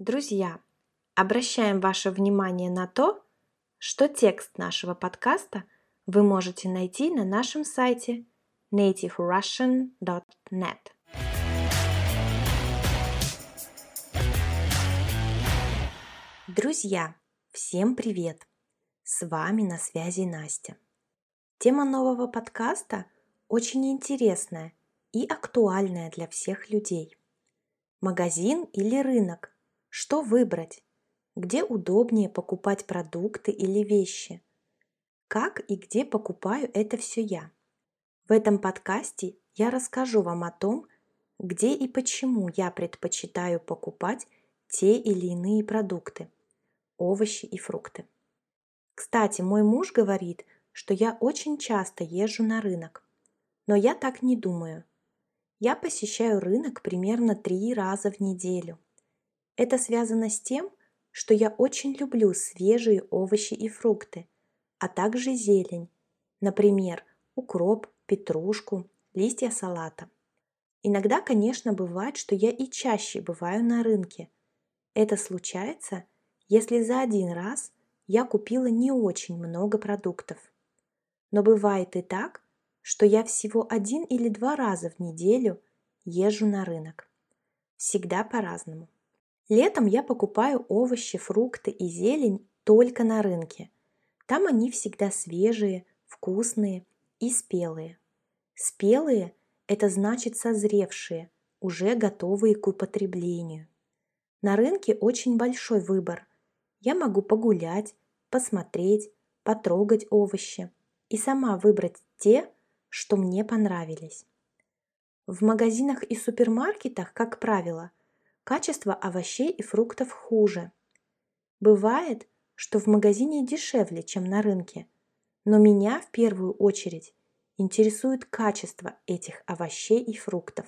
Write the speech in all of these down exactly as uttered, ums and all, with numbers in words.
Друзья, обращаем ваше внимание на то, что текст нашего подкаста вы можете найти на нашем сайте native russian dot net. Друзья, всем привет! С вами на связи Настя. Тема нового подкаста очень интересная и актуальная для всех людей. Магазин или рынок? Что выбрать? Где удобнее покупать продукты или вещи? Как и где покупаю это все я? В этом подкасте я расскажу вам о том, где и почему я предпочитаю покупать те или иные продукты, овощи и фрукты. Кстати, мой муж говорит, что я очень часто езжу на рынок, но я так не думаю. Я посещаю рынок примерно три раза в неделю. Это связано с тем, что я очень люблю свежие овощи и фрукты, а также зелень, например, укроп, петрушку, листья салата. Иногда, конечно, бывает, что я и чаще бываю на рынке. Это случается, если за один раз я купила не очень много продуктов. Но бывает и так, что я всего один или два раза в неделю езжу на рынок. Всегда по-разному. Летом я покупаю овощи, фрукты и зелень только на рынке. Там они всегда свежие, вкусные и спелые. Спелые – это значит созревшие, уже готовые к употреблению. На рынке очень большой выбор. Я могу погулять, посмотреть, потрогать овощи и сама выбрать те, что мне понравились. В магазинах и супермаркетах, как правило, качество овощей и фруктов хуже. Бывает, что в магазине дешевле, чем на рынке, но меня в первую очередь интересует качество этих овощей и фруктов.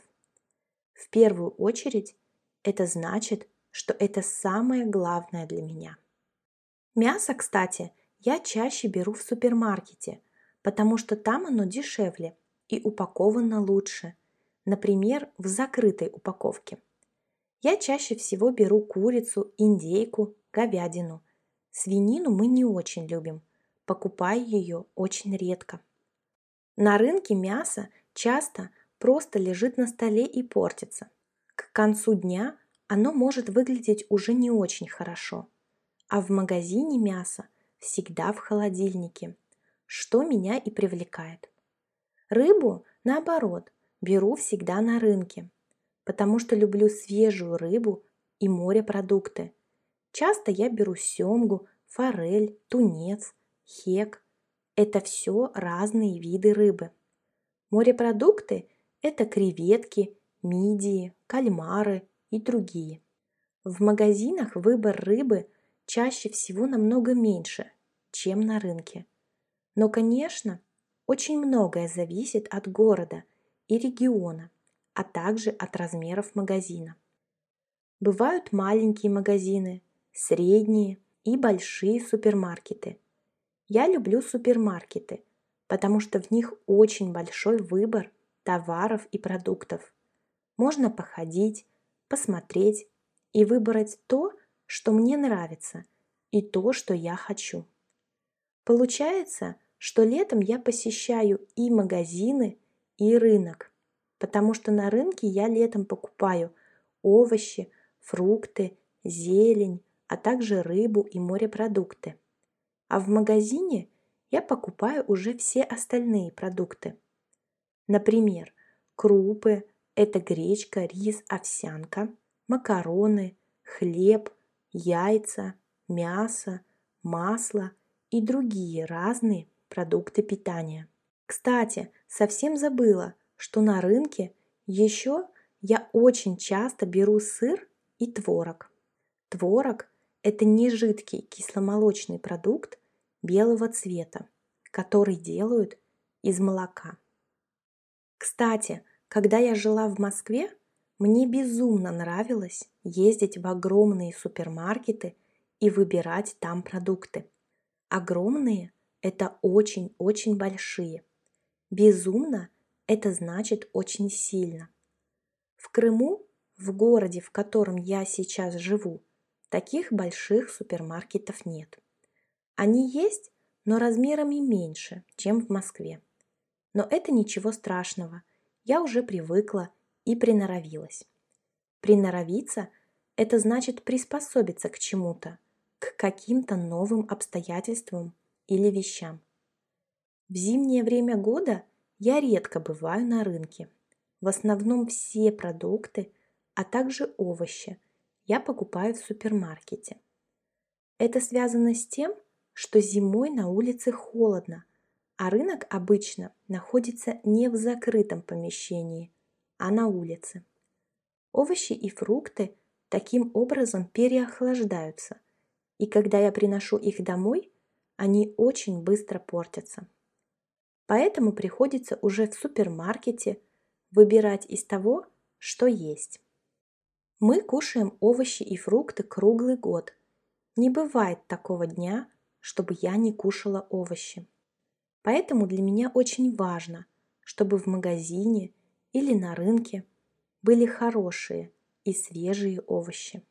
В первую очередь это значит, что это самое главное для меня. Мясо, кстати, я чаще беру в супермаркете, потому что там оно дешевле и упаковано лучше, например, в закрытой упаковке. Я чаще всего беру курицу, индейку, говядину. Свинину мы не очень любим, покупаю ее очень редко. На рынке мясо часто просто лежит на столе и портится. К концу дня оно может выглядеть уже не очень хорошо. А в магазине мясо всегда в холодильнике, что меня и привлекает. Рыбу, наоборот, беру всегда на рынке, потому что люблю свежую рыбу и морепродукты. Часто я беру семгу, форель, тунец, хек. Это все разные виды рыбы. Морепродукты – это креветки, мидии, кальмары и другие. В магазинах выбор рыбы чаще всего намного меньше, чем на рынке. Но, конечно, очень многое зависит от города и региона, а также от размеров магазина. Бывают маленькие магазины, средние и большие супермаркеты. Я люблю супермаркеты, потому что в них очень большой выбор товаров и продуктов. Можно походить, посмотреть и выбрать то, что мне нравится, и то, что я хочу. Получается, что летом я посещаю и магазины, и рынок, потому что на рынке я летом покупаю овощи, фрукты, зелень, а также рыбу и морепродукты. А в магазине я покупаю уже все остальные продукты. Например, крупы – это гречка, рис, овсянка, макароны, хлеб, яйца, мясо, масло и другие разные продукты питания. Кстати, совсем забыла, что на рынке еще я очень часто беру сыр и творог. Творог – это не жидкий кисломолочный продукт белого цвета, который делают из молока. Кстати, когда я жила в Москве, мне безумно нравилось ездить в огромные супермаркеты и выбирать там продукты. Огромные – это очень-очень большие. Безумно – это значит очень сильно. В Крыму, в городе, в котором я сейчас живу, Таких больших супермаркетов нет. Они есть, но размерами меньше, чем в Москве. Но это ничего страшного, я уже привыкла и приноровилась. Приноровиться– это значит приспособиться к чему-то, к каким-то новым обстоятельствам или вещам. В зимнее время года я редко бываю на рынке. В основном все продукты, а также овощи я покупаю в супермаркете. Это связано с тем, что зимой на улице холодно, а рынок обычно находится не в закрытом помещении, а на улице. Овощи и фрукты таким образом переохлаждаются, и когда я приношу их домой, они очень быстро портятся. Поэтому приходится уже в супермаркете выбирать из того, что есть. Мы кушаем овощи и фрукты круглый год. Не бывает такого дня, чтобы я не кушала овощи. Поэтому для меня очень важно, чтобы в магазине или на рынке были хорошие и свежие овощи.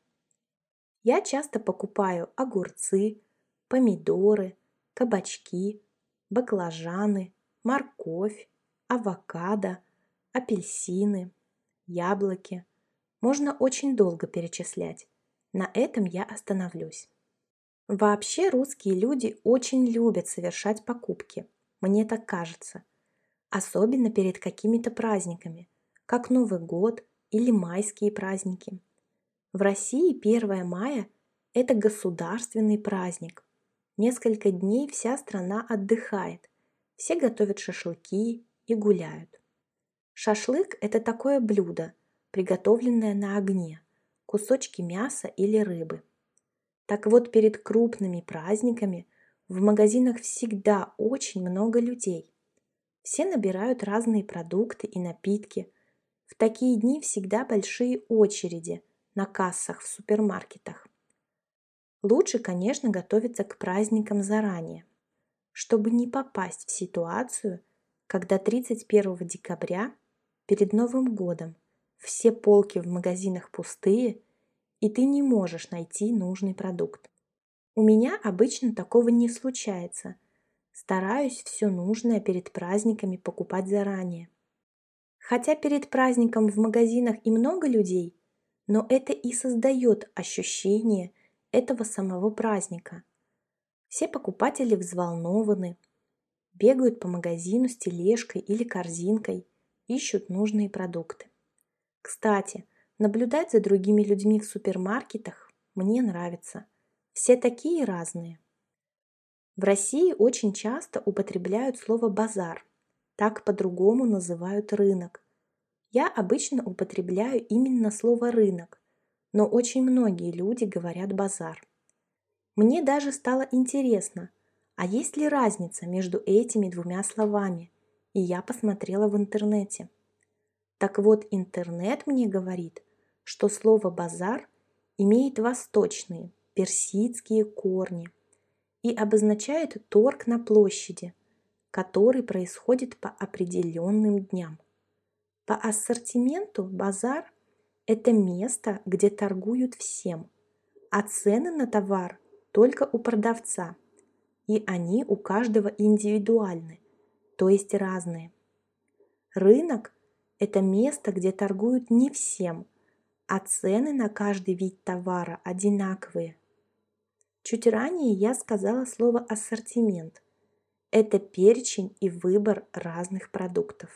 Я часто покупаю огурцы, помидоры, кабачки, баклажаны, морковь, авокадо, апельсины, яблоки. Можно очень долго перечислять. На этом я остановлюсь. Вообще русские люди очень любят совершать покупки, мне так кажется. Особенно перед какими-то праздниками, как Новый год или майские праздники. В России первое мая– это государственный праздник. Несколько дней вся страна отдыхает, все готовят шашлыки и гуляют. Шашлык– это такое блюдо, приготовленное на огне, кусочки мяса или рыбы. Так вот, перед крупными праздниками в магазинах всегда очень много людей. Все набирают разные продукты и напитки. В такие дни всегда большие очереди на кассах в супермаркетах. Лучше, конечно, готовиться к праздникам заранее, чтобы не попасть в ситуацию, когда тридцать первого декабря, перед Новым годом, все полки в магазинах пустые, и ты не можешь найти нужный продукт. У меня обычно такого не случается. Стараюсь все нужное перед праздниками покупать заранее. Хотя перед праздником в магазинах и много людей, но это и создает ощущение этого самого праздника. Все покупатели взволнованы, бегают по магазину с тележкой или корзинкой, ищут нужные продукты. Кстати, наблюдать за другими людьми в супермаркетах мне нравится. Все такие разные. В России очень часто употребляют слово «базар», так по-другому называют рынок. Я обычно употребляю именно слово «рынок», но очень многие люди говорят «базар». Мне даже стало интересно, а есть ли разница между этими двумя словами, и я посмотрела в интернете. Так вот, интернет мне говорит, что слово «базар» имеет восточные, персидские корни и обозначает торг на площади, который происходит по определенным дням. По ассортименту базар – это место, где торгуют всем, а цены на товар только у продавца, и они у каждого индивидуальны, то есть разные. Рынок – это место, где торгуют не всем, а цены на каждый вид товара одинаковые. Чуть ранее я сказала слово «ассортимент». Это перечень и выбор разных продуктов.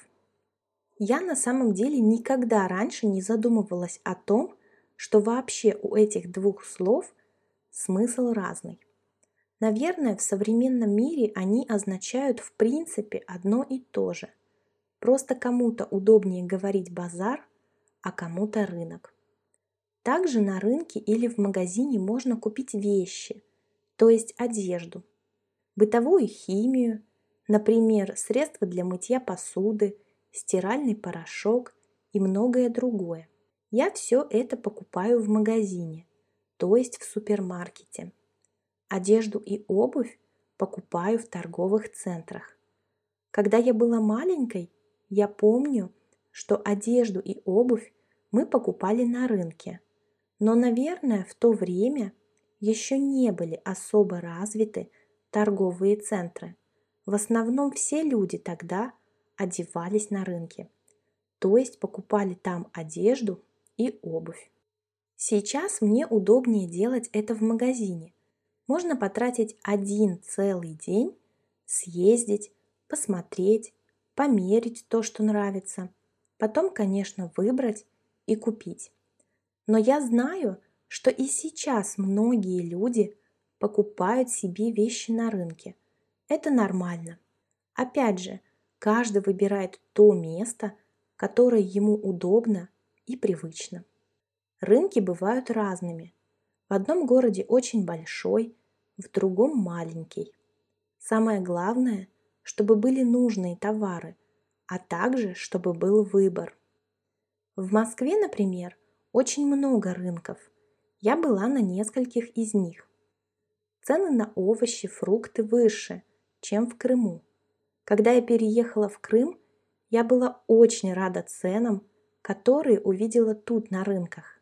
Я на самом деле никогда раньше не задумывалась о том, что вообще у этих двух слов смысл разный. Наверное, в современном мире они означают в принципе одно и то же. Просто кому-то удобнее говорить «базар», а кому-то «рынок». Также на рынке или в магазине можно купить вещи, то есть одежду, бытовую химию, например, средства для мытья посуды, стиральный порошок и многое другое. Я все это покупаю в магазине, то есть в супермаркете. Одежду и обувь покупаю в торговых центрах. Когда я была маленькой, я помню, что одежду и обувь мы покупали на рынке. Но, наверное, в то время еще не были особо развиты торговые центры. В основном все люди тогда одевались на рынке, то есть покупали там одежду и обувь. Сейчас мне удобнее делать это в магазине. Можно потратить один целый день, съездить, посмотреть, померить то, что нравится, потом, конечно, выбрать и купить. Но я знаю, что и сейчас многие люди покупают себе вещи на рынке. Это нормально. Опять же, каждый выбирает то место, которое ему удобно и привычно. Рынки бывают разными. В одном городе очень большой, в другом маленький. Самое главное, чтобы были нужные товары, а также, чтобы был выбор. В Москве, например, очень много рынков. Я была на нескольких из них. Цены на овощи, фрукты выше, чем в Крыму. Когда я переехала в Крым, я была очень рада ценам, которые увидела тут на рынках.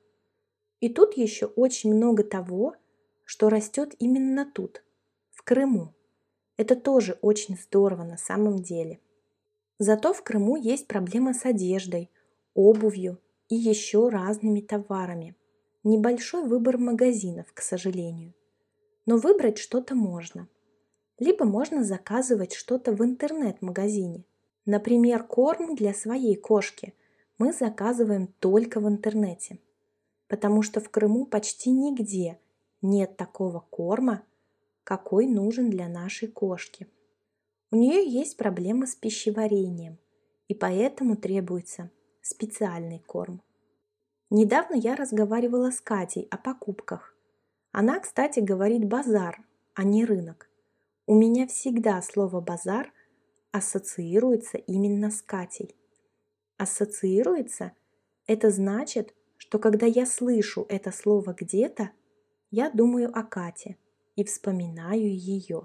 И тут еще очень много того, что растет именно тут, в Крыму. Это тоже очень здорово на самом деле. Зато в Крыму есть проблема с одеждой, обувью и еще разными товарами. Небольшой выбор магазинов, к сожалению. Но выбрать что-то можно. Либо можно заказывать что-то в интернет-магазине. Например, корм для своей кошки мы заказываем только в интернете, потому что в Крыму почти нигде нет такого корма, какой нужен для нашей кошки. У нее есть проблемы с пищеварением, и поэтому требуется специальный корм. Недавно я разговаривала с Катей о покупках. Она, кстати, говорит базар, а не рынок. У меня всегда слово «базар» ассоциируется именно с Катей. Ассоциируется – это значит, что когда я слышу это слово где-то, я думаю о Кате и вспоминаю ее.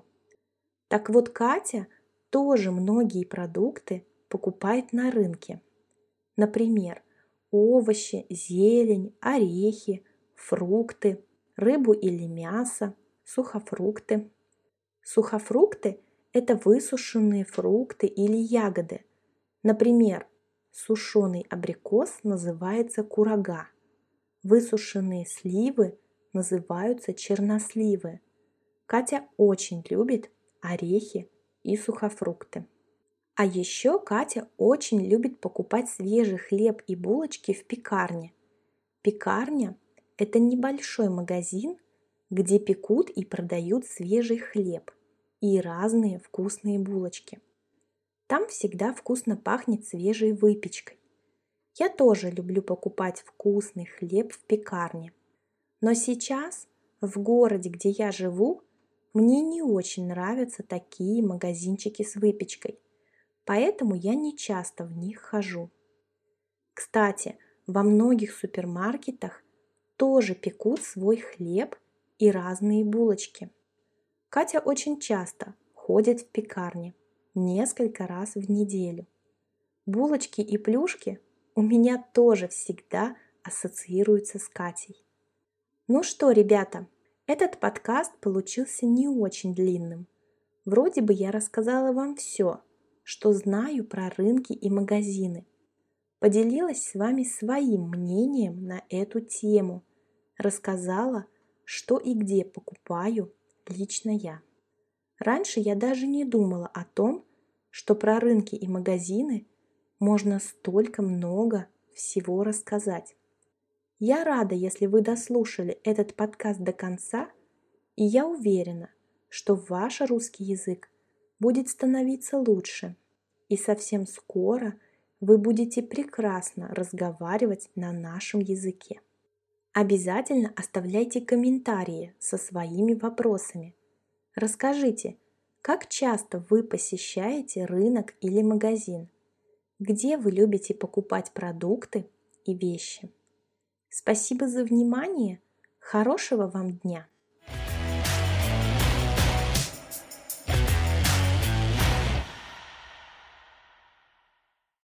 Так вот, Катя тоже многие продукты покупает на рынке. Например, овощи, зелень, орехи, фрукты, рыбу или мясо, сухофрукты. Сухофрукты – это высушенные фрукты или ягоды. Например, сушеный абрикос называется курага. Высушенные сливы называются черносливы. Катя очень любит орехи и сухофрукты. А еще Катя очень любит покупать свежий хлеб и булочки в пекарне. Пекарня – это небольшой магазин, где пекут и продают свежий хлеб и разные вкусные булочки. Там всегда вкусно пахнет свежей выпечкой. Я тоже люблю покупать вкусный хлеб в пекарне. Но сейчас, в городе, где я живу, мне не очень нравятся такие магазинчики с выпечкой, поэтому я не часто в них хожу. Кстати, во многих супермаркетах тоже пекут свой хлеб и разные булочки. Катя очень часто ходит в пекарни, несколько раз в неделю. Булочки и плюшки у меня тоже всегда ассоциируются с Катей. Ну что, ребята, этот подкаст получился не очень длинным. Вроде бы я рассказала вам все, что знаю про рынки и магазины. Поделилась с вами своим мнением на эту тему. Рассказала, что и где покупаю лично я. Раньше я даже не думала о том, что про рынки и магазины можно столько много всего рассказать. Я рада, если вы дослушали этот подкаст до конца, и я уверена, что ваш русский язык будет становиться лучше, и совсем скоро вы будете прекрасно разговаривать на нашем языке. Обязательно оставляйте комментарии со своими вопросами. Расскажите, как часто вы посещаете рынок или магазин? Где вы любите покупать продукты и вещи? Спасибо за внимание. Хорошего вам дня!